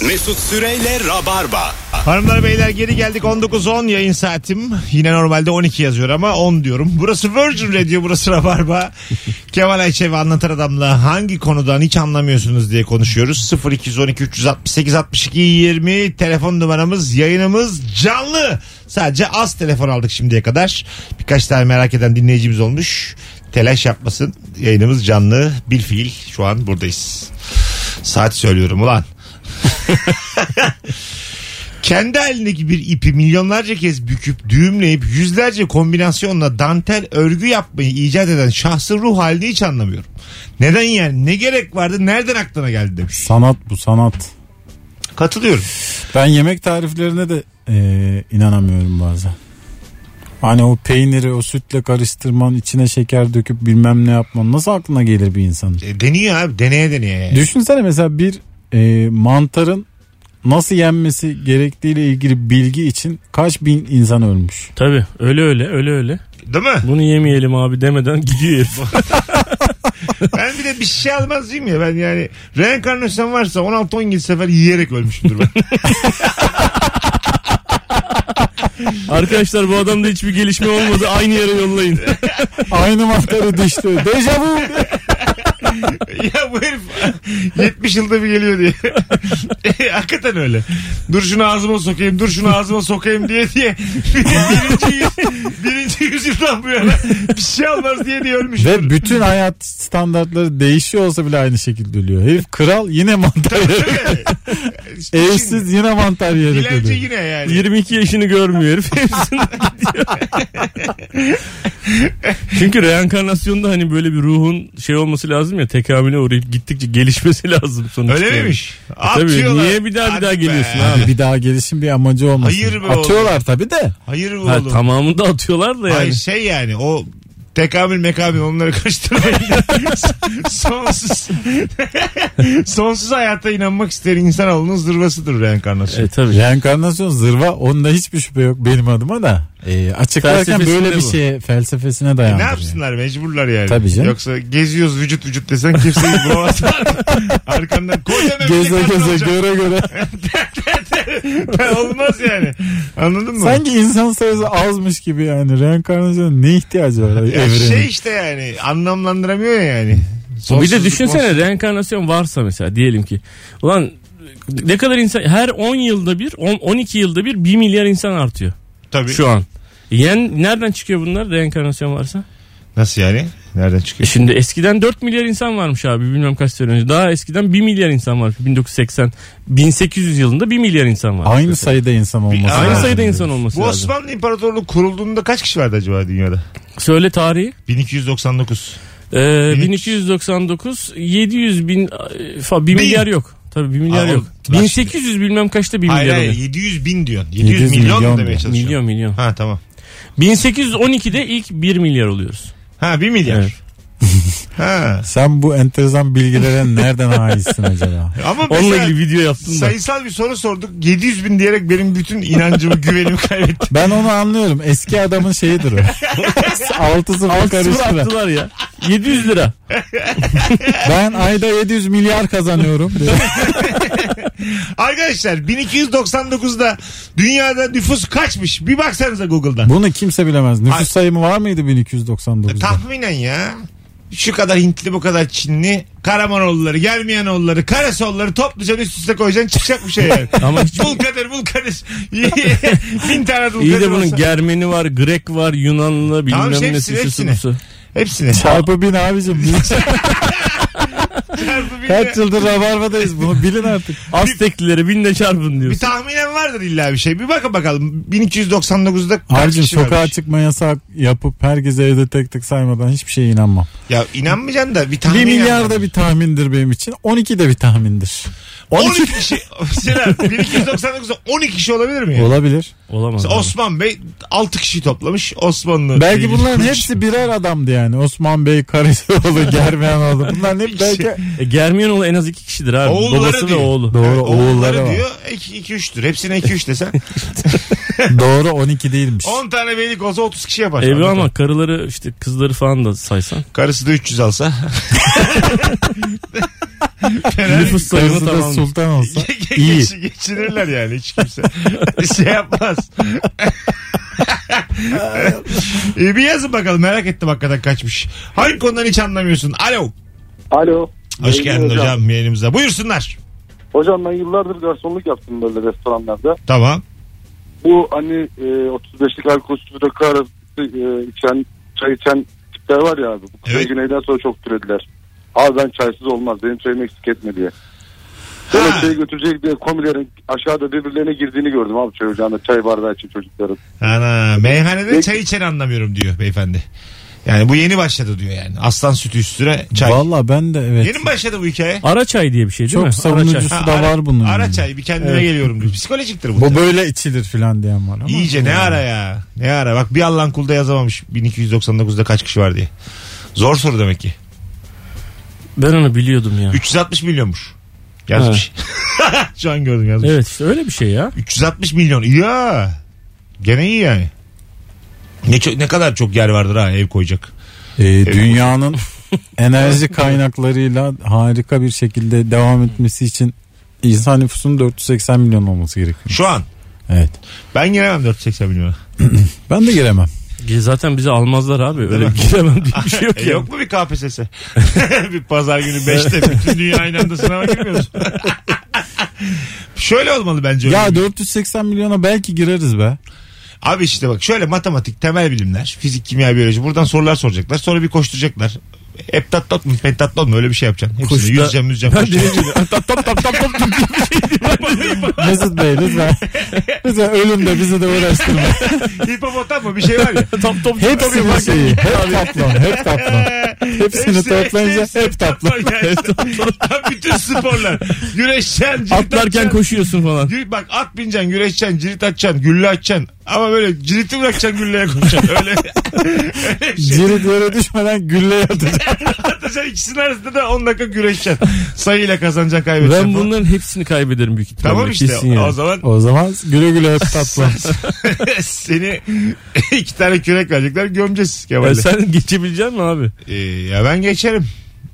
Mesut Süreyle Rabarba. Hanımlar beyler geri geldik. 19.10 yayın saatim. Yine normalde 12 yazıyor ama 10 diyorum. Burası Virgin Radio, burası Rabarba. Kemal Ayçe ve Anlatan Adam'la hangi konudan hiç anlamıyorsunuz diye konuşuyoruz. 0212 368 62 20 telefon numaramız, yayınımız canlı. Sadece az telefon aldık şimdiye kadar. Birkaç tane merak eden dinleyicimiz olmuş. Telaş yapmasın. Yayınımız canlı. Bilfiil şu an buradayız. Saat söylüyorum ulan. Kendi elindeki bir ipi milyonlarca kez büküp düğümleyip yüzlerce kombinasyonla dantel örgü yapmayı icat eden şahsın ruh halini hiç anlamıyorum. Neden yani? Ne gerek vardı? Nereden aklına geldi demiş. Sanat bu, sanat. Katılıyorum. Ben yemek tariflerine de inanamıyorum bazen. Hani o peyniri o sütle karıştırman, içine şeker döküp bilmem ne yapman nasıl aklına gelir bir insanın? Deniyor abi, deneye yani. Düşünsene mesela bir mantarın nasıl yenmesi gerektiğiyle ilgili bilgi için kaç bin insan ölmüş. Tabii öyle. Değil mi? Bunu yemeyelim abi demeden gidiyor herif. Ben bir de bir şey almazdım ya, ben yani reenkarnasyon varsa 16-17 sefer yiyerek ölmüşümdür ben. Arkadaşlar bu adamda hiçbir gelişme olmadı, aynı yere yollayın. Aynı mantarı düştü. Dejavu. Ya bu herif 70 yılda bir geliyor diye. Hakikaten öyle. Dur şunu ağzıma sokayım, dur şunu ağzıma sokayım diye birinci yüzyıldan bu yana bir şey olmaz diye ölmüş. Ve bütün hayat standartları değişiyor olsa bile aynı şekilde ölüyor. Herif kral yine mantar yiyerek. Evsiz yine mantar yiyerek Dilenci ölüyor. yine yani. 22 yaşını görmüyor herif. Hepsini gidiyor. Çünkü reenkarnasyonda hani böyle bir ruhun şey olması lazım ya, tekamüle uğrayıp gittikçe gelişmesi lazım sonuçta. Öyle miymiş? Tabii, niye bir daha geliyorsun abi? Bir daha gelişin bir amacı olmasın. Hayır be atıyorlar oğlum. tabii de. Hayır bu Ha, oğlum. tamamını da atıyorlar da yani. Hayır şey yani o tekamül mekamül onları karıştırmayın. Sonsuz hayata inanmak isteyen insanoğlunun zırvasıdır reenkarnasyon. Tabii. Reenkarnasyon zırva, onda hiçbir şüphe yok benim adıma da. Açıklarken Felsefesinde böyle bir bu. şeye, felsefesine Ne dayandırıyor. yapsınlar, mecburlar yani. Tabii canım. Yoksa geziyoruz vücut desen kimseyi bulamazlar. Arkandan koca Geze geze göre göre. Olmaz yani. Anladın mı? Sanki insan sayısı azmış gibi yani. Reenkarnasyona ne ihtiyacı var? Ya Evrenin. şey işte yani anlamlandıramıyor ya yani. Bir de Sonsuzluk, düşünsene reenkarnasyon varsa mesela diyelim ki. Ulan ne kadar insan, her 10 yılda bir 12 yılda bir 1 milyar insan artıyor. Tabii. Şu an. Nereden çıkıyor bunlar reenkarnasyon varsa? Nasıl yani? Nereden çıkıyor? Şimdi eskiden 4 milyar insan varmış abi, bilmem kaç sene önce. Daha eskiden 1 milyar insan var. 1800 yılında 1 milyar insan var. Aynı sayıda insan olması Aynı lazım. sayıda insan olması Bu lazım. Osmanlı İmparatorluğu kurulduğunda kaç kişi vardı acaba dünyada? Söyle tarihi. 1299. 1299 700 bin 1 milyar yok. Tabii 1 milyar yok. 1800 bilmem kaçta 1 milyar oluyor. Hayır 700 bin diyorsun. 700 milyon mu demeye çalışıyorum? Milyon. Ha tamam. 1812'de ilk 1 milyar oluyoruz. Ha 1 milyar. Evet. Ha. Sen bu enteresan bilgilere nereden haizsin acaba? Ama Onunla mesela ilgili video yaptım da. sayısal bir soru sorduk. 700 bin diyerek benim bütün inancımı, güvenimi kaybettim. Ben onu anlıyorum. Eski adamın şeyidir o. 6-0 karıştıran. attılar ya. 700 lira. Ben ayda 700 milyar kazanıyorum. Arkadaşlar 1299'da dünyada nüfus kaçmış? Bir baksanıza Google'dan. Bunu kimse bilemez. Nüfus sayımı var mıydı 1299'da? Tahminen ya. Şu kadar Hintli, bu kadar Çinli, Karamanoğulları, Germiyanoğulları, Karasoğulları toplayacaksın, üst üste koyacaksın, çıkacak bir şey yani. Ama hiç Vulkadır. 1000 tane vulkadır. iyi de bunun olsa. Germeni var, Grek var, Yunanlı bilmem Tamam, nesi, hepsini. şusu. Hepsini. Çarpı 1000 abicim. Çarpı bin Kaç de- yıldır Rabarba'dayız, bunu bilin artık. Azteklileri 1000'le çarpın Bir diyorsun. tahminen vardır illa bir şey. Bir bakın bakalım 1299'da kaç Abicim kişi sokağa varmış? çıkma yasak yapıp herkese evde tek tek saymadan hiçbir şeye inanmam. Ya inanmayacaksın da bir 1 tahminen milyar vardır. da bir tahmindir benim için. 12 de bir tahmindir. 12 kişi. Mesela 1299'da 12 kişi olabilir mi? Ya? Olabilir. Olamaz. Mesela Osman Bey 6 kişi toplamış. Osmanlı. Belki ilgili bunların kurmuş. hepsi birer adamdı yani. Osman Bey, Karasoğlu, Germiyanoğlu. Bunların hep belki... Germiyanoğlu en az 2 kişidir abi. Oğulları Babası diyor. ve oğlu. Doğru, Evet, oğulları var. diyor 2-3'tür. Hepsine 2-3 desen. Doğru, 12 değilmiş. 10 tane beylik olsa 30 kişi yapar. Evi Anladın ama mı? karıları işte kızları falan da saysan. Karısı da 300 alsa. Nüfus sayımı Karısı da tamam. sultan olsa iyi. Geçinirler yani hiç kimse. Şey yapmaz. Bir yazın bakalım, merak ettim hakikaten kaçmış. Hangi konudan hiç anlamıyorsun? Alo. Alo. Hoş geldin hocam yayınımıza. Buyursunlar. Hocam ben yıllardır garsonluk yaptım böyle restoranlarda. Tamam. Bu hani 35'lik alkolsüz rakı arası çay içen tipler var ya abi. Bu Evet. güneyden sonra çok türediler. Abi ben çaysız olmaz, benim çayımı eksik etme diye. Böyle çayı götürecek diye komilerin aşağıda birbirlerine girdiğini gördüm abi çay ocağında, çay bardağı için çocukların. Ana, meyhanede çay içen anlamıyorum diyor beyefendi. Yani bu yeni başladı diyor yani. Aslan sütü üstüne çay. Valla ben de evet. Yeni mi başladı bu hikaye? Ara çay diye bir şey değil Çok mi? savunucusu Ara çay. da var bunun. Ara yani. çay, bir kendime geliyorum diyor. Psikolojiktir bu. Bu böyle içilir filan diyen var ama. İyice ne ara ya. Ne ara. Bak bir Allah'ın kulda yazamamış 1299'da kaç kişi var diye. Zor soru demek ki. Ben onu biliyordum ya. 360 milyonmuş. Yazmış. Şu an gördüm yazmış. Evet işte öyle bir şey ya. 360 milyon. Ya. Gene iyi yani. Ne kadar çok yer vardır ha ev koyacak. Dünyanın enerji kaynaklarıyla harika bir şekilde devam etmesi için insan nüfusunun 480 milyon olması gerekiyor. Şu an. Evet. Ben giremem 480 milyona. Ben de giremem. Zaten bizi almazlar abi. Öyle giremem diye bir şey yok yani. Yok mu bir KPSS? Bir pazar günü 5'te bütün dünya aynı anda sınava girmiyoruz. Şöyle olmalı bence. Ya 480 milyona belki gireriz be. Abi işte bak şöyle matematik, temel bilimler, fizik, kimya, biyoloji, buradan sorular soracaklar. Sonra bir koşturacaklar. Heptatlat mı, pentatlat mı, öyle bir şey yapacaksın. Hepsini yüzeceğim. Ben de tap tap tap tap tap Mesut Bey lütfen. Lütfen ölün de bizi de uğraştırma. Hipopotam mı bir şey var ya. top top Hepsinin şeyi. Hep taplon. Hep taplon. Hepsini toplayınca hep taplon. Bütün sporlar. Güreşeceksin, cirit atlarken atacaksın. koşuyorsun falan. Bak at bineceksin, güreşeceksin, cirit atacaksın, gülle atacaksın. Ama böyle ciriti bırakacaksın, gülleye koşacaksın. Öyle bir şey. Cirit yere düşmeden gülle atacaksın. Atacaksın, ikisinin arasında da 10 dakika güreşeceksin. Sayıyla kazanacaksın, kaybedeceksin. Ben falan. bunların hepsini kaybederim büyük ihtimalle. Tamam işte Kesin yani. o zaman Güle güle hep tatlon. seni 2 tane kürek verecekler, gömeceğiz Kemal'le. Sen geçebilecek misin abi? Ya ben geçerim.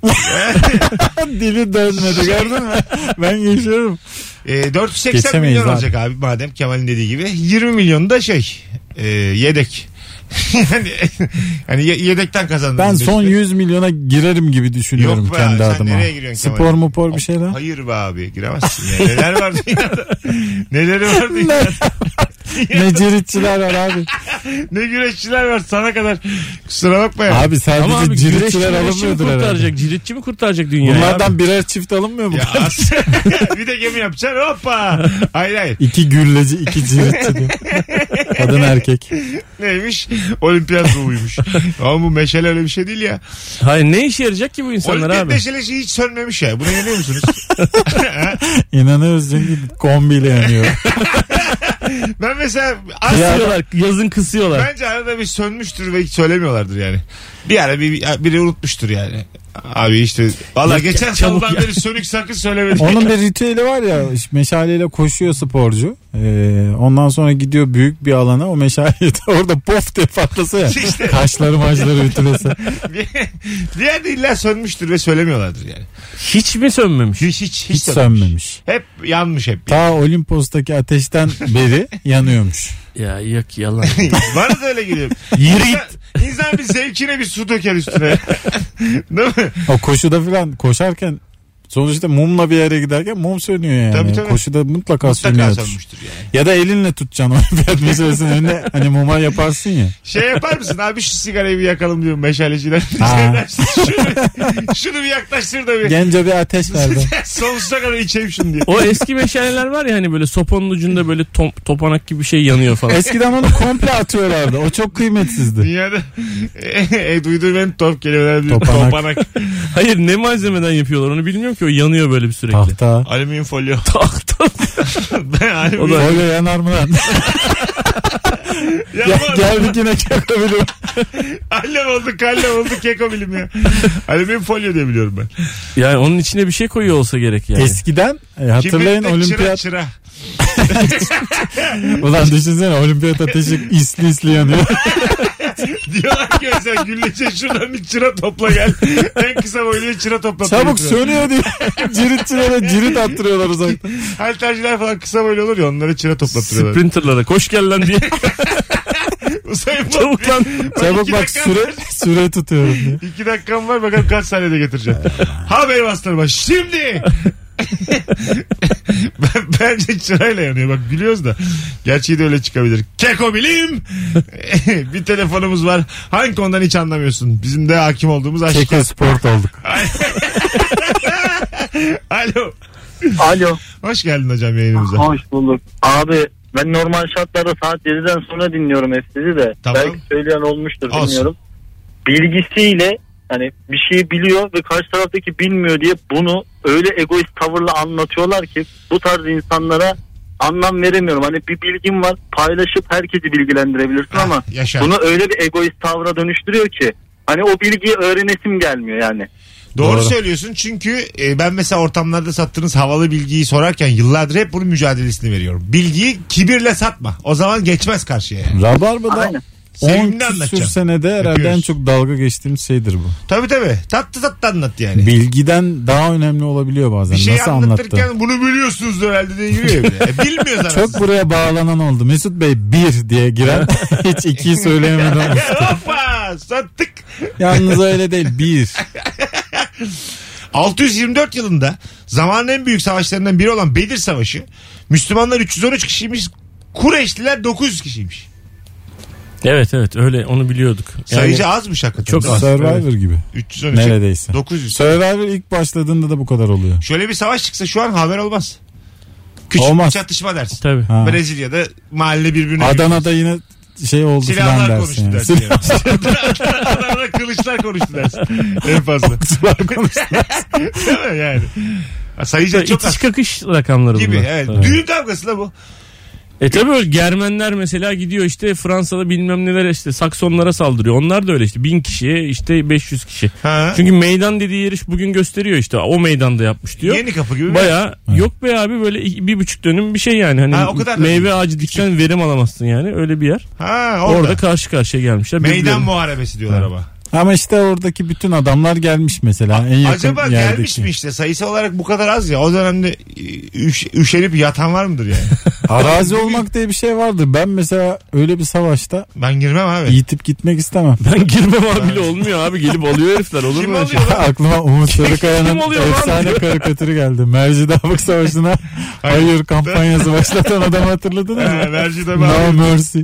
Dili dönmedi gördün mü? Ben geçiyorum. 480 Geçemeyiz milyon abi. olacak abi madem Kemal'in dediği gibi. 20 milyon da yedek. yani yedekten kazandın. Ben son 100 milyona girerim gibi düşünüyorum Yok be, kendi sen adıma. nereye giriyorsun Kemal? Spor mupor bir şeyler. Hayır be abi, giremezsin ya. Neler var dünyada? Neleri var dünyada? Ne ciritçiler var abi. Ne güreşçiler var sana kadar. Kusura bakma ya. Abi sadece Ama abi güreşçi ciritçiler mi alınmıyordur herhalde. kurtaracak? Ciritçi mi kurtaracak dünyayı? Bunlardan abi? birer çift alınmıyor mu? Ya bir de gemi yapacaksın, hoppa. Hayır. 2 gülleci 2 ciritçi diyor. Kadın erkek. Neymiş? Olimpiyat ruhuymuş. Ama bu meşale öyle bir şey değil ya. Hayır, ne işe yarayacak ki bu insanlar Olimpiyat abi? meşalesi hiç sönmemiş ya. Buna inanıyor musunuz? İnanıyoruz çünkü kombiyle yanıyor. Ben mesela Kısıyorlar, yazın kısıyorlar. bence arada bir sönmüştür ve hiç söylemiyorlardır yani. Bir ara biri unutmuştur yani. Abi işte valla geçen çabuk saldan ya. beri sönük sakın söylemedim. Onun bir ritüeli var ya, meşaleyle koşuyor sporcu. Ondan sonra gidiyor büyük bir alana, o meşaleyi de orada pof diye patlasa ya. İşte. Kaşları maçları ütülese. Bir yerde illa sönmüştür ve söylemiyorlardır yani. Hiç mi sönmemiş? Hiç sönmemiş. Hep yanmış hep. Ta Olimpos'taki ateşten beri yanıyormuş. Ya yok yalan. Bana da öyle geliyor. Yürü git. İnsan bir zevkine bir su döker üstüne. Değil mi? O koşuda falan koşarken sonuçta mumla bir yere giderken mum sönüyor yani. Tabii, tabii. Koşuda mutlaka Mutlaka sönüyordur. sönmüştür yani. Ya da elinle tutacaksın olimpiyat meselesinin önüne, hani muma yaparsın ya. Şey yapar mısın abi, şu sigarayı bir yakalım diyorum meşaleciler. Ha. şunu bir yaklaştır da bir. Gence bir ateş verdi. Sonsuza kadar içeyim şunu diye. O eski meşaleler var ya hani böyle sopanın ucunda böyle topanak gibi bir şey yanıyor falan. Eskiden onu komple atıyorlardı. O çok kıymetsizdi. Dünyada duyduğum en top kelimeler diyor. Topanak. Topanak. Hayır, ne malzemeden yapıyorlar onu bilmiyorum ki, o yanıyor böyle bir sürekli. Tahta. Alüminyum folyo. Tahta. Ben alüminyum. Folyo yanar mı lan? Geldik yine kekobilim. Allem oldu, kallem oldu, keko bilim ya. Alüminyum folyo diye biliyorum ben. Yani onun içine bir şey koyuyor olsa gerek yani. Eskiden hatırlayın Kibritle olimpiyat. çıra. Ulan düşünsene olimpiyat ateşi isli yanıyor. Diyorlar ki mesela Güllece şuradan bir çıra topla gel. En kısa boyluya çıra topla. Çabuk sönüyor diye. Ciritçilere cirit attırıyorlar uzaktan. Halterciler falan kısa boylu olur ya, onlara çıra toplattırıyorlar. Sprinterlara koş gel lan diye. Çabuk lan. Çabuk bak süre tutuyorum diye. 2 dakikam var, bakalım kaç saniyede getireceğim. Haber bastırma şimdi. Bence çırayla yanıyor. Bak gülüyoruz da gerçeği de öyle çıkabilir. Keko bilim. Bir telefonumuz var. Hangi konudan hiç anlamıyorsun? Bizim de hakim olduğumuz aşk. Keko sport olduk. Alo. Alo. Hoş geldin hocam yayınımıza. Hoş bulduk. Abi ben normal şartlarda saat 7'den sonra dinliyorum sizi de. Tamam. Belki söyleyen olmuştur, olsun, bilmiyorum. Bilgisiyle hani bir şeyi biliyor ve karşı taraftaki bilmiyor diye bunu öyle egoist tavırla anlatıyorlar ki bu tarz insanlara anlam veremiyorum. Hani bir bilgin var, paylaşıp herkesi bilgilendirebilirsin ama yaşa. bunu öyle bir egoist tavra dönüştürüyor ki hani o bilgiyi öğrenesim gelmiyor yani. Doğru söylüyorsun, çünkü ben mesela ortamlarda sattığınız havalı bilgiyi sorarken yıllardır hep bunun mücadelesini veriyorum. Bilgiyi kibirle satma. O zaman geçmez karşıya. Yani. Rabarba'da Aynen. 10 Sevimli küsür anlatacağım. senede herhalde Yapıyoruz. en çok dalga geçtiğimiz şeydir bu. Tabii. Tatlı anlat yani. Bilgiden daha önemli olabiliyor bazen. Bir şey Nasıl anlatırken anlattı? bunu biliyorsunuz herhalde diye giriyor bile. Bilmiyor zaten. Çok buraya bağlanan oldu. Mesut Bey 1 diye giren hiç 2'yi söyleyemeden. Hoppa sattık. Yalnız öyle değil 1. 624 yılında zamanın en büyük savaşlarından biri olan Bedir Savaşı, Müslümanlar 313 kişiymiş, Kureyşliler 900 kişiymiş. Evet öyle, onu biliyorduk. Yani Sayıcı azmış hakikaten. çok az. Survivor gibi. 313. Neredeyse. 900. Survivor ilk başladığında da bu kadar oluyor. Şöyle bir savaş çıksa şu an haber olmaz. Küçük Olmaz. bir çatışma dersin. Tabii. Ha. Brezilya'da mahalle birbirine Adana'da yine şey oldu filan silahlar dersin. konuştu Yani. dersin. Yani. Adana'da kılıçlar konuştu dersin. En fazla. Değil mi yani? Sayıca çok az. İtiş kakış rakamları Gibi bunlar. evet. Evet. Düğün kavgası da bu. Tabii öyle Germenler mesela gidiyor işte Fransa'da bilmem nelere işte Saksonlara saldırıyor. Onlar da öyle işte 1000 kişiye işte 500 kişi. Ha. Çünkü meydan dediği yer bugün gösteriyor işte o meydanda yapmış diyor. Yeni Kapı gibi. Baya yok be abi böyle 1,5 dönüm bir şey yani. Hani Ha, o kadar da meyve değil. ağacı diksen verim alamazsın yani öyle bir yer. Ha, Orada karşı karşıya gelmişler. meydan Birbirlerine- muharebesi diyorlar ama. Ama işte oradaki bütün adamlar gelmiş mesela. En yakın Acaba yerdeki. gelmiş mi işte? Sayısı olarak bu kadar az ya. O dönemde üşenip yatan var mıdır yani? Arazi olmak diye bir şey vardır. Ben mesela öyle bir savaşta Ben girmem abi. yitip gitmek istemem. Ben girmem abi bile olmuyor abi gelip alıyor herifler olur Kim mu öyle şey? alıyor lan? Aklıma Umut Sarıkaya'nın Kim oluyor lan? efsane karikatürü geldi. Mercidabık Savaşı'na hayır kampanyası başlatan adamı hatırladınız mı? Merci de No bağırıyor. mercy.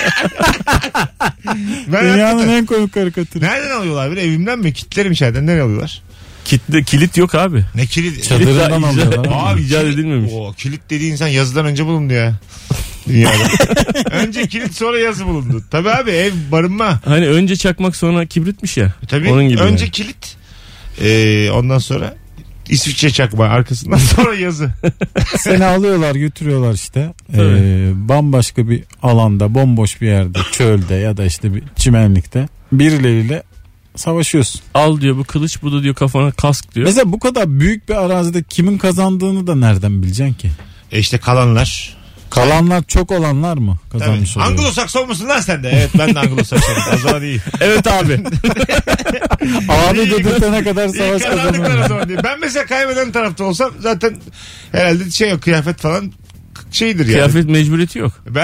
Ben Dünyanın hakikaten- en komik karikatürü. Nereden alıyorlar? Bir evimden mi? Kitlerim içeriden. Nereye alıyorlar? Kilit yok abi. Ne kilit? Çadırından alıyorlar. Abi icat kilit- edilmemiş. Oo, kilit dediğin insan yazıdan önce bulundu ya. Dünyada. Önce kilit sonra yazı bulundu. Tabii abi ev barınma. Hani önce çakmak sonra kibritmiş ya. Tabii Onun gibi önce yani. kilit. Ondan sonra İsviçre çakma, arkasından sonra yazı. Seni alıyorlar götürüyorlar işte. Tabii. Bambaşka bir alanda bomboş bir yerde çölde ya da işte bir çimenlikte birileriyle savaşıyorsun. Al diyor bu kılıç bu da diyor kafana kask diyor. Mesela bu kadar büyük bir arazide kimin kazandığını da nereden bileceksin ki? İşte kalanlar. Kalanlar çok olanlar mı kazanmış oluyor? Anglo-Sakson musun lan sen de? Evet ben de Anglo-Saksonum. O zaman iyi. Evet abi. Abi İyi dedirtene kadar İyi savaş kazandıklar o kazanıyor. zaman diye. Ben mesela kaybeden tarafta olsam zaten herhalde şey yok, kıyafet falan şeydir yani. Kıyafet mecburiyeti yok. Ben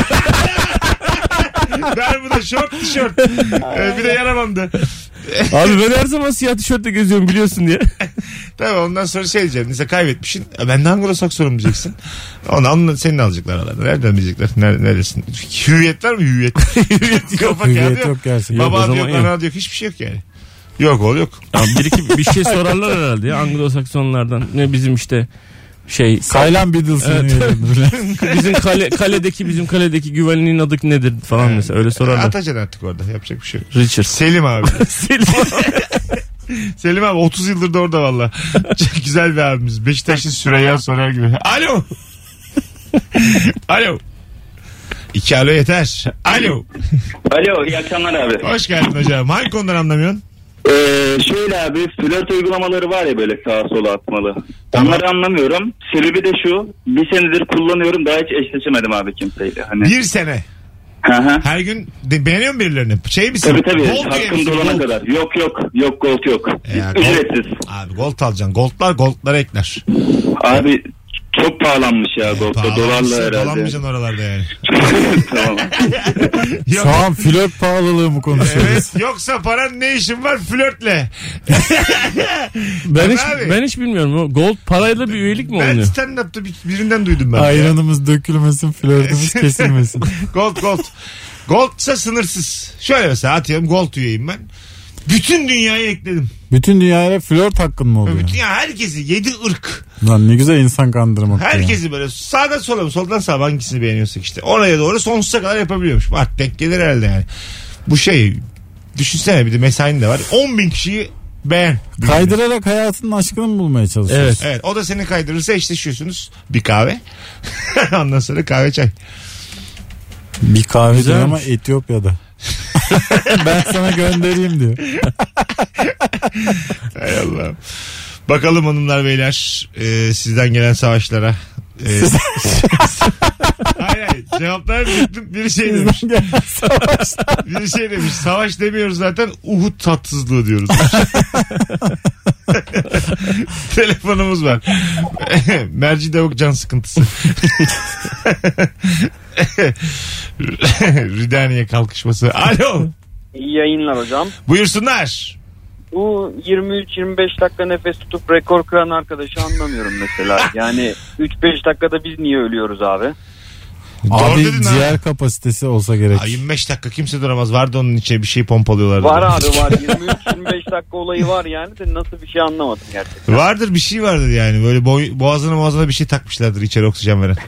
bu da şort tişört. Bir de yara bandı. Abi ben her zaman siyah tişörtle geziyorum biliyorsun diye. Tabii ondan sonra şey diyeceğim. Mesela kaybetmişsin. Ben de Anglo-Saksonum diyeceksin. Onu senin alacaklar aralarında. Nereden bilecekler? Neredesin? Hüviyet var mı? Hüviyet. Kafa kağıdı Hüviyet yok. yok gerçekten. Yok, o Baba zaman diyor, yok. ana diyor. Hiçbir şey yok yani. Yok oğul yok. Abi bir iki bir şey sorarlar herhalde ya Anglo-Saksonlardan. Ne bizim işte Saylan Beatles'ın Evet. üyeleri. bizim kaledeki güvenliğin adı nedir falan mesela öyle sorarlar. Atacaksın artık orada. Yapacak bir şey yok. Richard. Selim abi. Selim abi 30 yıldır da orada valla. Çok güzel bir abimiz. Beşiktaşlı Süreyya Soner gibi. Alo. Alo. 2 alo yeter. Alo. Alo, iyi akşamlar abi. Hoş geldin hocam. Hangi konudan anlamıyorsun? Şöyle abi, flört uygulamaları var ya böyle sağa sola atmalı. Tamam. Onları anlamıyorum. Sebebi de şu, bir senedir kullanıyorum, daha hiç eşleşemedim abi kimseyle. Hani Bir sene. Her gün beğeniyor musun birilerini? Şey misin? Tabii. Gold üye Hakkım misin? dolana Gold. kadar. Yok gold yok. Ücretsiz. Abi gold alacaksın. Goldlar ekler. Abi çok pahalanmış ya goldda. Dolarla herhalde. Dolanmayacaksın oralarda yani. Tamam. Yok. Şu an flört pahalılığı mı konuşuyoruz? Evet, yoksa paran ne işin var flörtle? Ben hiç bilmiyorum. O gold parayla bir üyelik mi Ben oluyor? stand-up'ta birinden duydum ben. Ayranımız dökülmesin, flörtümüz kesilmesin. Gold. Gold'sa sınırsız. Şöyle mesela atıyorum gold üyeyim ben. Bütün dünyayı ekledim. Bütün dünyaya flört hakkın mı oluyor? Bütün herkesi 7 ırk. Lan ne güzel insan kandırmak. Herkesi böyle sağdan sola mı soldan sağa hangisini beğeniyorsak işte. Oraya doğru sonsuza kadar yapabiliyormuş. Bak denk gelir herhalde yani. Bu şey düşünsene bir de mesain de var. 10.000 kişiyi beğen. Kaydırarak hayatının aşkını mı bulmaya çalışıyorsun? Evet o da seni kaydırırsa eşleşiyorsunuz. Bir kahve. Ondan sonra kahve çay. Bir kahve diyor ama Etiyopya'da. Ben sana göndereyim diyor. Hay Allah. Bakalım hanımlar beyler sizden gelen savaşlara. Hayır cevaplar diyecektim. Biri şey demiş. Biri şey demiş. Savaş demiyoruz zaten Uhud tatsızlığı diyoruz. Telefonumuz var. Merci de yok can sıkıntısı. Ridaniye kalkışması. Alo. İyi yayınlar hocam. Buyursunlar. Bu 23-25 dakika nefes tutup rekor kıran arkadaşı anlamıyorum mesela. Yani 3-5 dakikada biz niye ölüyoruz abi? Abi ciğer kapasitesi olsa gerek. 25 dakika kimse duramaz. Vardı onun içine bir şey pompalıyorlardı. Var abi var. 23-25 dakika olayı var yani de nasıl bir şey anlamadım gerçekten. Vardır bir şey vardır yani. Böyle boğazına bir şey takmışlardır içeri oksijen veren.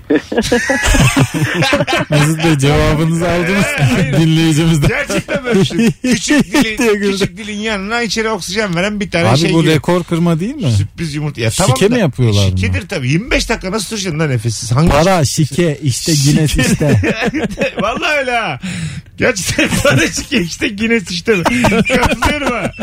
Mesut Bey cevabınızı aldınız. Dinleyicimizden. Gerçekten böyle bir şey. Küçük dilin yanına içeri oksijen veren bir tane abi şey. Abi bu gibi. rekor kırma değil mi? Sürpriz yumurta. Ya, şike tamam mi yapıyorlar? Şikedir tabii. 25 dakika nasıl tutacaksın lan nefessiz? Hangi para, şike, işte Guinness işte. Vallahi öyle ha. Gerçekten para şike işte Guinness işte. Katılıyorum ha.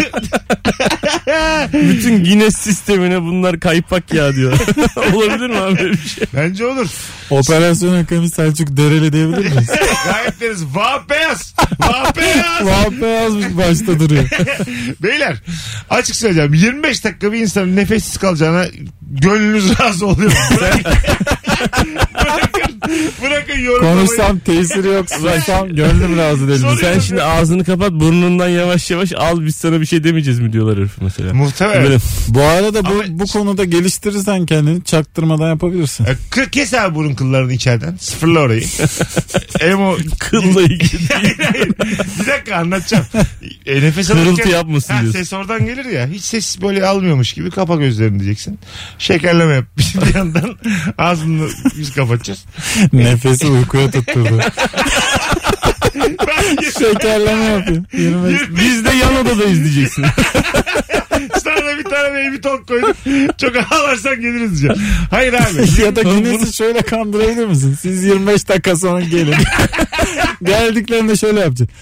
Bütün Guinness sistemine bunlar kaypak ya diyor. Olabilir mi abi böyle bir şey? Bence olur. Operasyon Hakemi Selçuk Dereli diyebilir miyiz? Gayet deriz. Vah beyaz. Vah beyaz. Vah beyazmış başta duruyor. Beyler açık söyleyeceğim. 25 dakika bir insanın nefessiz kalacağına gönlünüz razı oluyor. Bırakın yorumlamayı. Konuşsam tesiri yok. Susam gönlüm razı değil. Sen şimdi ağzını kapat burnundan yavaş yavaş al biz sana bir şey demeyeceğiz mi diyorlar herif mesela. Muhtemelen. Böyle. Bu arada bu konuda geliştirirsen kendini çaktırmadan yapabilirsin. Kes abi burun kıllarını içeriden. Sıfırla orayı. Emo Kılla ilgili. Hayır. Bir dakika anlatacağım. Nefes Kırıltı alırken yapmasın diyorsun. ses oradan gelir ya. Hiç ses böyle almıyormuş gibi kapa gözlerini diyeceksin. Şekerleme yap. Bir yandan ağzını biz kapatacağız. Nefesi uykuya tutturdu. Şekerleme yapayım. Biz de yan odada izleyeceksin. Sana da bir tane baby talk koyduk. Çok ağlarsan geliriz diyor. Hayır abi. Ya da Guinness'i şöyle kandırabilir misin? Siz 25 dakika sonra gelin. Geldiklerinde şöyle yapacaksın.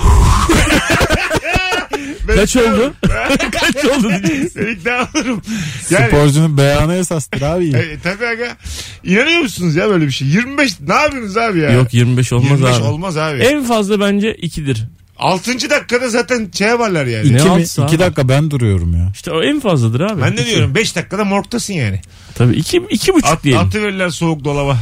Kaç oldu? Kaç oldu diyeceksin. Ben ikna olurum. Yani, sporcunun beyanı esastır abi. Tabii aga. İnanıyor musunuz ya böyle bir şey? 25 ne yapıyorsunuz abi ya? Yok 25 olmaz 25 abi. olmaz abi. En fazla bence 2'dir. 6. dakikada zaten şeye varlar yani. 2 dakika ben duruyorum ya. İşte o en fazladır abi. Ben de diyorum 5 dakikada morgtasın yani. Tabii 2,5 diyelim. Atı verirler soğuk dolaba.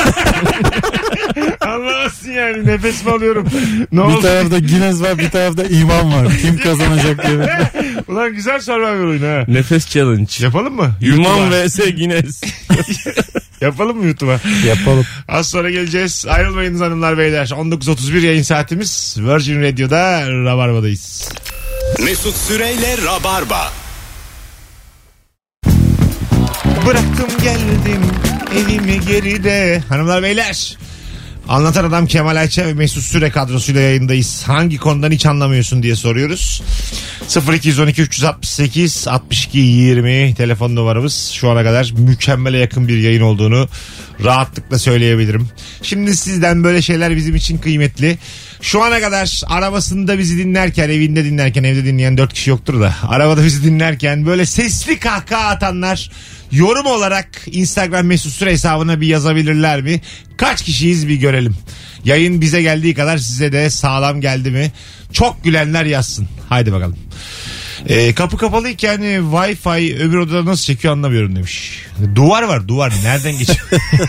Anlamazsın yani nefes mi alıyorum? Ne bir oldu? tarafta Guinness var bir tarafta imam var. Kim kazanacak diye. Ulan güzel Survivor oyunu ha. Nefes challenge. Yapalım mı? Yuman vs Guinness. Yapalım mı YouTube'a? Yapalım. Az sonra geleceğiz. Ayrılmayınız hanımlar beyler. 19.31 yayın saatimiz. Virgin Radio'da Rabarba'dayız. Mesut Süreyle Rabarba. Bıraktım geldim evimi geride. Hanımlar beyler. Anlatan Adam Kemal Ayça ve Mesut Süre kadrosuyla yayındayız. Hangi konudan hiç anlamıyorsun diye soruyoruz. 0212 368 62 20 telefon numaramız. Şu ana kadar mükemmele yakın bir yayın olduğunu rahatlıkla söyleyebilirim. Şimdi sizden böyle şeyler bizim için kıymetli. Şu ana kadar arabasında bizi dinlerken, evinde dinlerken, evde dinleyen 4 kişi yoktur da arabada bizi dinlerken böyle sesli kahkaha atanlar yorum olarak Instagram mesut süre hesabına bir yazabilirler mi? Kaç kişiyiz bir görelim. Yayın bize geldiği kadar size de sağlam geldi mi? Çok gülenler yazsın. Haydi bakalım. Kapı kapalıyken Wi-Fi öbür odada nasıl çekiyor anlamıyorum demiş. Duvar var, duvar. Nereden geçiyor?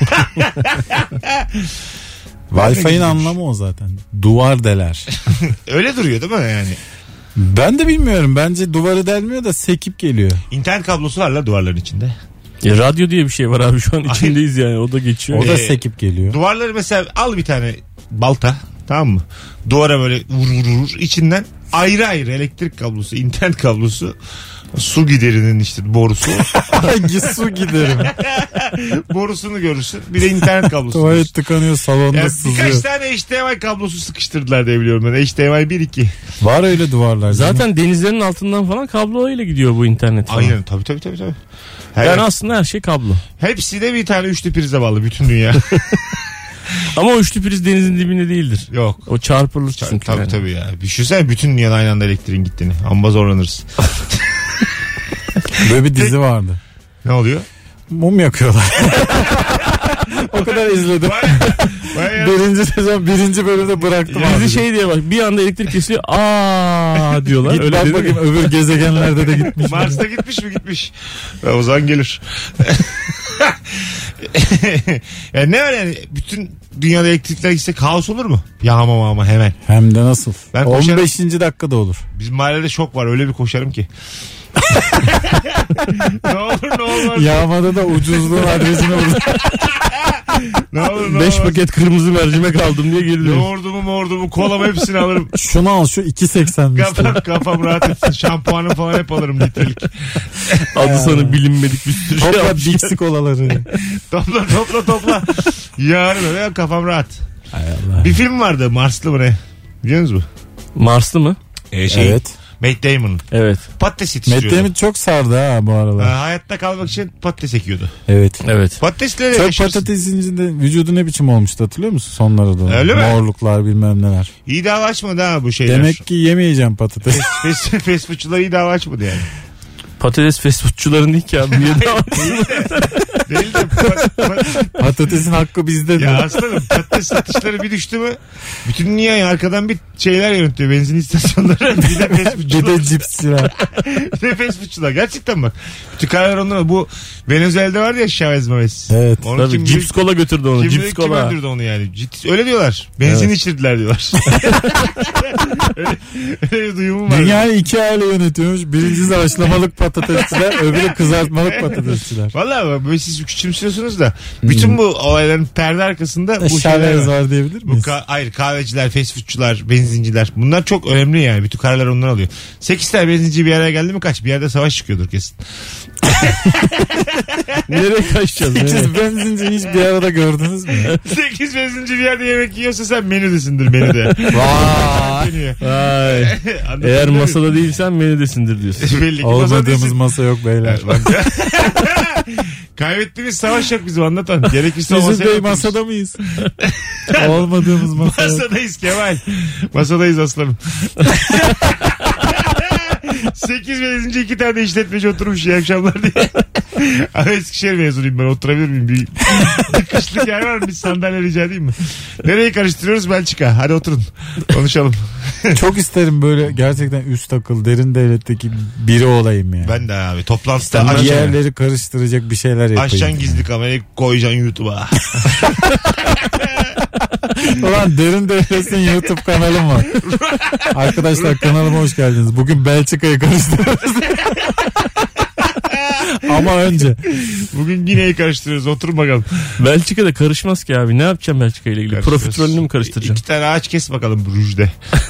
Wi-Fi'nin anlamı o zaten. Duvar deler. Öyle duruyor değil mi yani? Ben de bilmiyorum. Bence duvarı delmiyor da sekip geliyor. İnternet kablosu var la duvarların içinde. Radyo diye bir şey var abi, şu an içindeyiz yani, o da geçiyor. O da sekip geliyor. Duvarları mesela al bir tane balta, tamam mı? Duvara böyle vur içinden ayrı ayrı elektrik kablosu, internet kablosu, su giderinin işte borusu. Hangi su giderim? Borusunu görürsün. Bir de internet kablosu. Tuvalet tıkanıyor, salonda yani sızıyor. birkaç tane HDMI kablosu sıkıştırdılar diye biliyorum ben. HDMI 1-2. Var öyle duvarlar. Zaten denizlerin altından falan kablo ile gidiyor bu internet falan. Aynen tabii. Yani aslında her şey kablo. Hepsi de bir tane üçlü prize bağlı bütün dünya. Ama o üçlü priz denizin dibinde değildir. Yok. O çarpılır çünkü. Tabii ya. Düşünsene bütün dünyanın aynı anda elektriğin gittiğini. Amba zorlanırız. Böyle bir dizi vardı. Ne oluyor? Mum yakıyorlar. O kadar izledim. Birinci sezon 1. bölümde bıraktım. Dizi şey diye bak, bir anda elektrik kesiliyor. Aa diyorlar. Git öyle bak dedi bakayım öbür gezegenlerde de gitmiş. Mars'ta gitmiş mi? Gitmiş. O zaman gelir. Yani ne var yani? Bütün dünyada elektrikler gitse kaos olur mu? Yağma hemen. Hem de nasıl? Ben 15. dakikada olur. Bizim mahallede şok var. Öyle bir koşarım ki. Ne olur ne olmaz. Yağmada da ucuzluğun adresine vurdu. Ne olur ne 5 olmaz. paket kırmızı mercimek aldım diye geliyor. Yoğurdumu kolamı hepsini alırım. Şunu al, şu 2.80'miş. Kafam rahat etsin. Şampuanı falan hep alırım litrelik. Adı sana bilinmedik bir sürü şey Topla yapmışlar. Dixi kolaları. Topla. Yarın öyle kafam rahat. Hay Allah. Bir film vardı Marslı mı ne? Biliyor musunuz bu? Marslı mı? Evet. Matt Damon'ın. Evet. Patates yetiştiriyordu. Matt Damon çok sardı ha bu aralar. Hayatta kalmak için patates ekiyordu. Evet. Patatesleri Çok yaşarsın. patatesin içinde vücudu ne biçim olmuştu hatırlıyor musun sonları da? Öyle mi? Morluklar bilmem neler. İyi dava açmadı ha bu şeyler. Demek ki yemeyeceğim patates. Fast foodçular iyi dava açmadı yani. Patates fast foodçuların değil ki abi. Niye Değil de Patatesin hakkı bizde. ya aslanım patates satışları bir düştü mü bütün dünyayı arkadan bir şeyler yönetiyor. Benzin istasyonları bir de fast Bir foodçular. de cipsçiler. Bir de fast foodçular. Gerçekten bak. Bütün kararlar onlara. Bu Venezuela'da vardı ya Chavez Mavez. Evet. Onu Tabii, kim cips kola götürdü onu. Kim Cips kim kola. öldürdü onu yani. Öyle diyorlar. Benzin içirdiler diyorlar. öyle bir duyumum var. Dünyayı 2 aile yönetiyormuş. Birincisi haşlamalık patatesçiler, öbürü kızartmalık patatesçiler. Valla böyle siz küçümsüyorsunuz da bütün bu olayların perde arkasında bu şeyler Şalez var. var diyebilir Bu miyiz? hayır kahveciler, fast foodçular, benzinciler. Bunlar çok önemli yani. Bütün kararlar onlar alıyor. 8 tane benzinci bir araya geldi mi kaç? Bir yerde savaş çıkıyordur kesin. Nereye kaçacağız? Siz benzinci hiç bir arada gördünüz mü? 8 benzinci bir yerde yemek yiyorsa sen menüdesindir menüde. Vay. Vay. Eğer masada değilsen menüdesindir diyorsun. Belli ki masada Olmadığımız değilsin. masa yok beyler. Kaybettiğimiz savaş yok bizim anlatan. Gerekirse o Bizim masaya bey otururuz. masada mıyız? Olmadığımız masa yok. Masadayız Kemal. Masadayız aslanım. 8 benzinci 2 tane işletmeci oturmuş iyi akşamlar diye. Ama Eskişehir mezunuyum ben, oturabilir miyim? Bir kışlık yer var mı? Bir sandalye rica edeyim mi? Nereyi karıştırıyoruz? Belçika. Hadi oturun. Konuşalım. Çok isterim böyle gerçekten üst akıl derin devletteki biri olayım yani. Ben de abi toplantıda Bir açacaksın. yerleri karıştıracak bir şeyler yapayım. Açacaksın gizli kamerayı koyacaksın YouTube'a. Ulan derin devletin YouTube kanalım var. Arkadaşlar kanalıma hoş geldiniz. Bugün Belçika'yı karıştırıyoruz. Ama önce. Bugün Gine'yi karıştırıyoruz. Oturun bakalım. Belçika'da karışmaz ki abi. Ne yapacağım Belçika ile ilgili? Karıştırıyoruz. Profiterolünü mü karıştıracağım? 2 tane ağaç kes bakalım Brüj'de.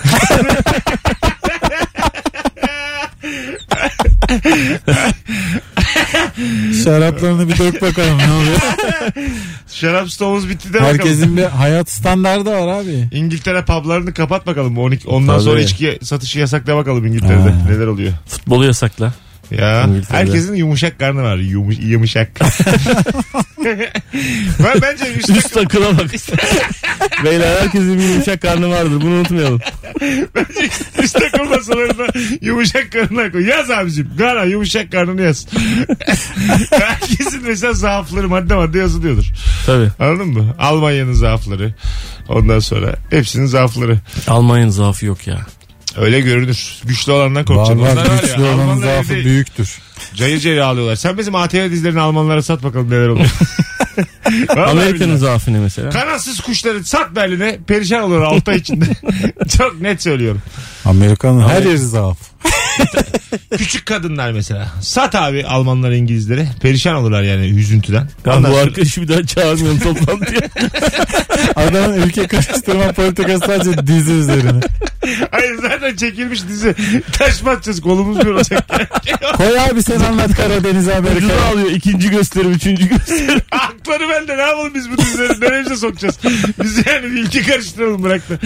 Şaraplarını bir dök bakalım ne oluyor. Şarap stoğumuz bitti de bakalım. Herkesin bir hayat standardı var abi. İngiltere publarını kapat bakalım. Ondan Tabii. sonra içki satışı yasakla bakalım İngiltere'de. Ha. Neler oluyor? Futbolu yasakla. Ya İngiltere'de. herkesin yumuşak karnı var. Yumuşak. Bence Üst takıla bak. Beyler herkesin bir yumuşak karnı vardır. Bunu unutmayalım. Bence üst takım masalarında yumuşak karnına koy. Yaz abicim. Gara yumuşak karnını yaz. Herkesin mesela zaafları madde yazılıyordur. Tabii. Anladın mı? Almanya'nın zaafları. Ondan sonra hepsinin zaafları. Almanya'nın zaafı yok ya. Öyle görünür. Güçlü olandan korkacaksın. Var Onlar var güçlü ya, olanın Almanlar zaafı evde büyüktür. cayır cayır ağlıyorlar. Sen bizim ATV dizilerini Almanlara sat bakalım neler oluyor. Vallahi Amerika'nın billahi. zaafı ne mesela? Kanatsız kuşları sat Berlin'e perişan olur 6 ay içinde. Çok net söylüyorum. Amerika'nın her yeri zaaf. Küçük kadınlar mesela. Sat abi Almanlara İngilizlere. Perişan olurlar yani üzüntüden. Ya Ondan bu sonra- arkadaşı bir daha çağırmıyorum toplantıya. Adamın ülke karıştırma politikası sadece dizi üzerine. Hayır zaten çekilmiş dizi. Taş mı atacağız kolumuz bir olacak. Koy abi sen anlat Karadeniz Ucunu Amerika. alıyor. İkinci gösterim, üçüncü gösterim. Hakları bende ne yapalım biz bu dizileri neremize sokacağız. Biz yani ülke karıştıralım bırak da.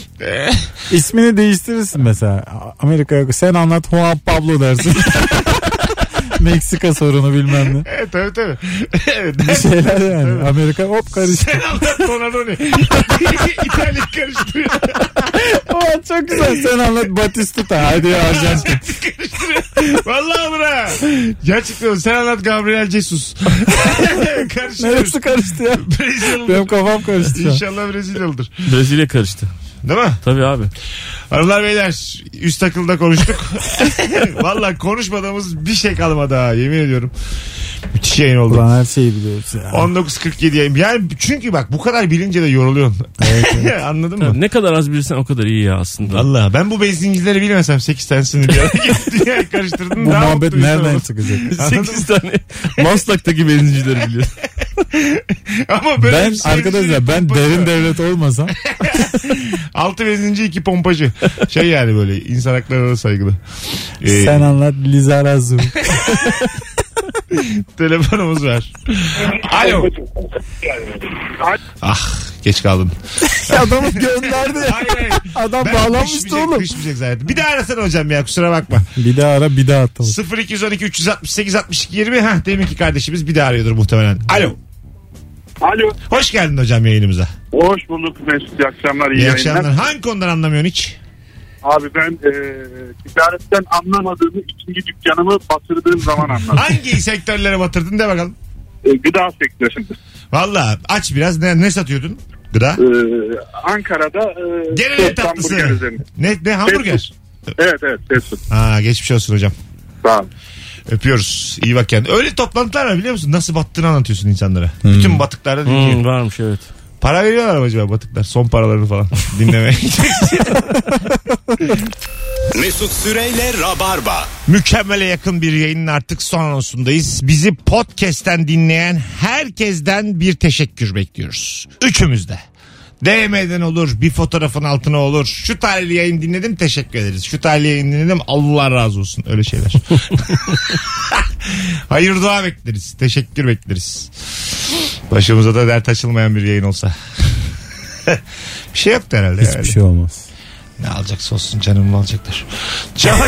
İsmini değiştirirsin mesela. Amerika'ya sen anlat Juan Pablo dersin. Meksika sorunu bilmem ne. Evet tabii. Evet, Bir şeyler yani. Amerika hop karıştı. sen anlat Donadoni. İtalya karıştırıyor. Aa, çok güzel. Sen anlat Batistuta. Hadi Arjantin. Karıştırıyor. Vallahi olur ha. Gerçekten sen anlat Gabriel Jesus. Karıştırıyor. Neresi karıştı ya? Brezilyalıdır. Benim kafam karıştı şu an. İnşallah Brezilyalıdır. Brezilya karıştı. Değil mi? Tabii abi. Hanımlar beyler üst akılda konuştuk. Vallahi konuşmadığımız bir şey kalmadı ha yemin ediyorum. Müthiş yayın oldu. Ulan her şeyi biliyoruz ya. 19.47 yayın. Yani çünkü bak bu kadar bilince de yoruluyorsun. Anladın mı? Tabii, ne kadar az bilirsen o kadar iyi ya aslında. Vallahi ben bu benzincileri bilmesem 8 tanesini bir araya dünyayı karıştırdım. Bu daha muhabbet mutlu insan nereden olurum. çıkacak? 8 tane Maslak'taki benzincileri biliyor. Ama böyle Ben bir şey arkadaşlar ben pompacı derin var. devlet olmasam 6 benzinci 2 pompacı. Şey yani böyle insan haklarına saygılı. sen anlat Lizarazu. Telefonumuz var. Alo. Ah geç kaldın. Adamı gönderdi. Hayır. Adam Ben bağlanmıştı oğlum. Kışmayacak zaten. Bir daha arasana hocam ya kusura bakma. Bir daha ara bir daha atalım. 0212 368 62 20 deminki kardeşimiz bir daha arıyordur muhtemelen. Alo. Alo. Hoş geldin hocam yayınımıza. Hoş bulduk Mesut. İyi akşamlar. İyi akşamlar. Hangi konudan anlamıyorsun hiç? Abi ben ticaretten anlamadığımı ikinci dükkanımı batırdığım zaman anladım. Hangi sektörlere batırdın de bakalım. Gıda sektöründe. Valla aç biraz ne satıyordun? Gıda. Ankara'da Gene tost tatlısı. hamburger üzerine. Ne hamburger? Evet fast food. Ha geçmiş olsun hocam. Sağ ol. Öpüyoruz. İyi bak kendine. Öyle toplantılar var biliyor musun? Nasıl battığını anlatıyorsun insanlara. Bütün batıklarda dinliyor. Varmış evet. Para veriyorlar mı acaba batıklar? Son paralarını falan dinlemeye. Mesut Süreyle Rabarba. Mükemmele yakın bir yayının artık son anonsundayız. Bizi podcast'ten dinleyen herkesten bir teşekkür bekliyoruz. Üçümüz de. DM'den olur, bir fotoğrafın altına olur. Şu tarihli yayın dinledim teşekkür ederiz. Şu tarihli yayın dinledim Allah razı olsun. Öyle şeyler. Hayır dua bekleriz. Teşekkür bekleriz. Başımıza da dert açılmayan bir yayın olsa. Bir şey yoktu herhalde. Hiçbir yani. şey olmaz. Ne alacaksa olsun canımı alacaklar. Çamaş...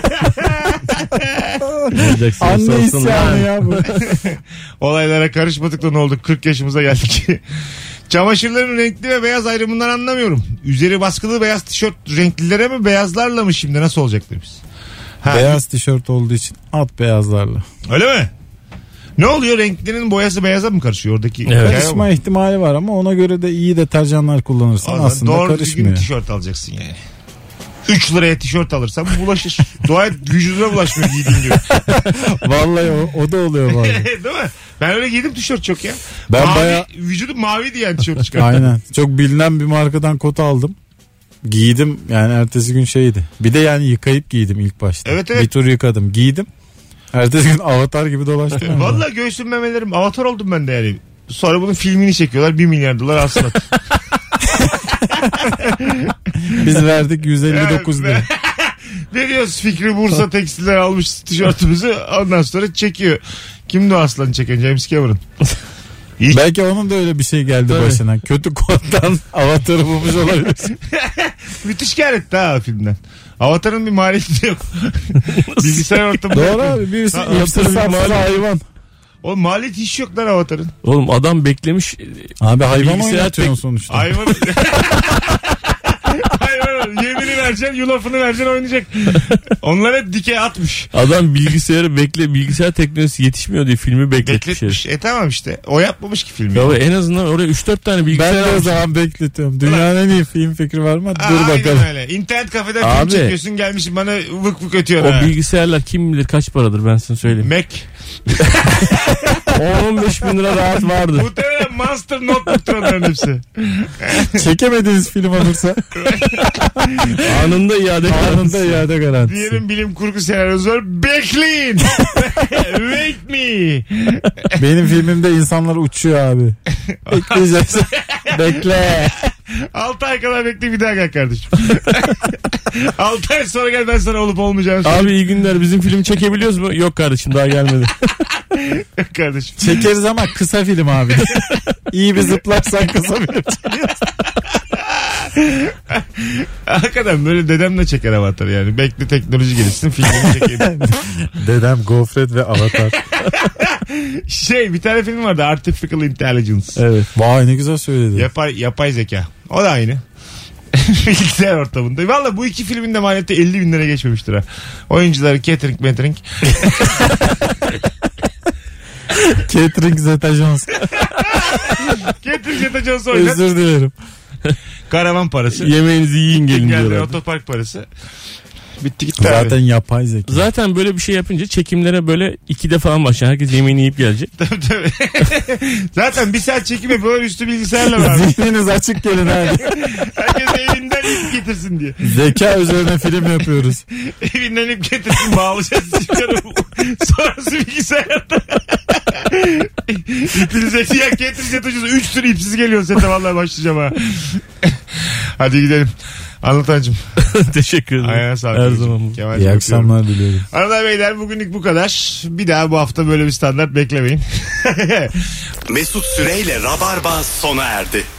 Anne isyanı ya bu. Olaylara karışmadık da ne oldu? 40 yaşımıza geldik. Çamaşırların renkli ve beyaz ayrımından anlamıyorum. Üzeri baskılı beyaz tişört renklilere mi beyazlarla mı şimdi nasıl olacak demiş. Ha, Beyaz tişört olduğu için at beyazlarla. öyle mi? Ne oluyor? Renklinin boyası beyaza mı karışıyor oradaki? Evet. hikaye Karışma bu. ihtimali var ama ona göre de iyi deterjanlar kullanırsan O zaman aslında doğru düzgün karışmıyor. tişört alacaksın yani. 3 liraya tişört alırsan bulaşır. Dua et vücuduna bulaşmıyor giydiğin gibi. Vallahi o da oluyor bazen. Değil mi? Ben öyle giydim tişört çok ya. Ben mavi, bayağı- Vücudum maviydi yani tişört çıkardım. Aynen. Çok bilinen bir markadan kot aldım. Giydim yani ertesi gün şeydi. Bir de yani yıkayıp giydim ilk başta. Evet, evet. Bir tur yıkadım. Giydim. Ertesi gün avatar gibi dolaştım. yani. Vallahi göğsüm memelerim avatar oldum ben de yani. Sonra bunun filmini çekiyorlar 1 milyar dolar alsın. Biz verdik 159 lira. Veriyoruz Fikri Bursa Tekstil'den almış tişörtümüzü ondan sonra çekiyor. Kimdi o aslanı çeken? James Cameron. Belki onun da öyle bir şey geldi Tabii. başına. Kötü koddan avatarı bulmuş olabilir. Müthiş kar etti ha filmden. Avatar'ın bir maliyeti de yok. Bilgisayar ortamında. Doğru abi. Birisi Ha, yaptırım hayvan. O maliyet hiç yok lan Avatar'ın. Oğlum adam beklemiş. Abi hayvan Bilgisayar oynatıyorsun sonuçta. Hayvan. Hayvan. Yemini vereceksin, yulafını vereceksin, oynayacak. Onlar hep dikey atmış. Adam bilgisayar teknolojisi yetişmiyor diye filmi bekletmiş. Tamam işte. O yapmamış ki filmi. Ya en azından oraya 3-4 tane bilgisayar Ben de o almış. zaman bekletiyorum. Dünyanın en iyi film fikri var mı? Dur Aynen bakalım. öyle. İnternet kafeden film Abi. çekiyorsun, gelmişsin bana vık vık ötüyor. O bilgisayarlar kim bilir kaç paradır ben sana söyleyeyim. Mac. 10-15 bin lira rahat vardı. Muhtemelen Monster Notebook'tur onların hepsi. Çekemediğiniz film olursa Anında iade garantisi. Diyelim bilim kurgu senaryosu var. Bekleyin. Wake me. benim filmimde insanlar uçuyor abi. Bekleyeceğiz. Bekle. 6 ay kadar bekle, bir daha gel kardeşim. 6 ay sonra gel, ben sana olup olmayacağını Abi iyi günler, bizim film çekebiliyoruz mu? Yok kardeşim, daha gelmedi. kardeşim. Çekeriz ama kısa film abi. İyi bir zıplarsan kısa film çekeriz. Hakikaten böyle dedemle çeker Avatar yani. Bekle teknoloji gelişsin, filmini çekeyim. Dedem, Gofret ve Avatar. Bir tane film vardı, Artificial Intelligence. Evet. Vay ne güzel söyledi. Yapay zeka. O da aynı. Bilgisayar ortamında. Valla bu iki filmin de maliyeti 50 bin lira geçmemiştir ha. Oyuncuları catering. Catering Zeta-Jones. Catering Zeta-Jones oynat. Özür dilerim. Karavan parası. Yemeğinizi yiyin gelin diyorlar. Otopark parası. Bitti gitti Zaten abi. yapay zeka. Zaten böyle bir şey yapınca çekimlere böyle 2'de falan başlar. Herkes yemeğini yiyip gelecek. Tabii. Zaten bir saat çekim yapıyorlar, üstü bilgisayarla var. Zihniniz açık gelin hadi. Herkes evinden ip getirsin diye. Zeka üzerine film yapıyoruz. Evinden ip getirsin, bağlayacağız çıkarım. Sonrası bilgisayarda. İpinize ya getirecek, 3 tür ipsiz geliyor sete, vallahi başlayacağım ha. Hadi gidelim. Anlatancım. Teşekkür ederim. Ayağına sağlık. Her zaman. İyi akşamlar diliyorum. Hanımlar beyler, bugünlük bu kadar. Bir daha bu hafta böyle bir standart beklemeyin. Mesut Süreyle Rabarba sona erdi.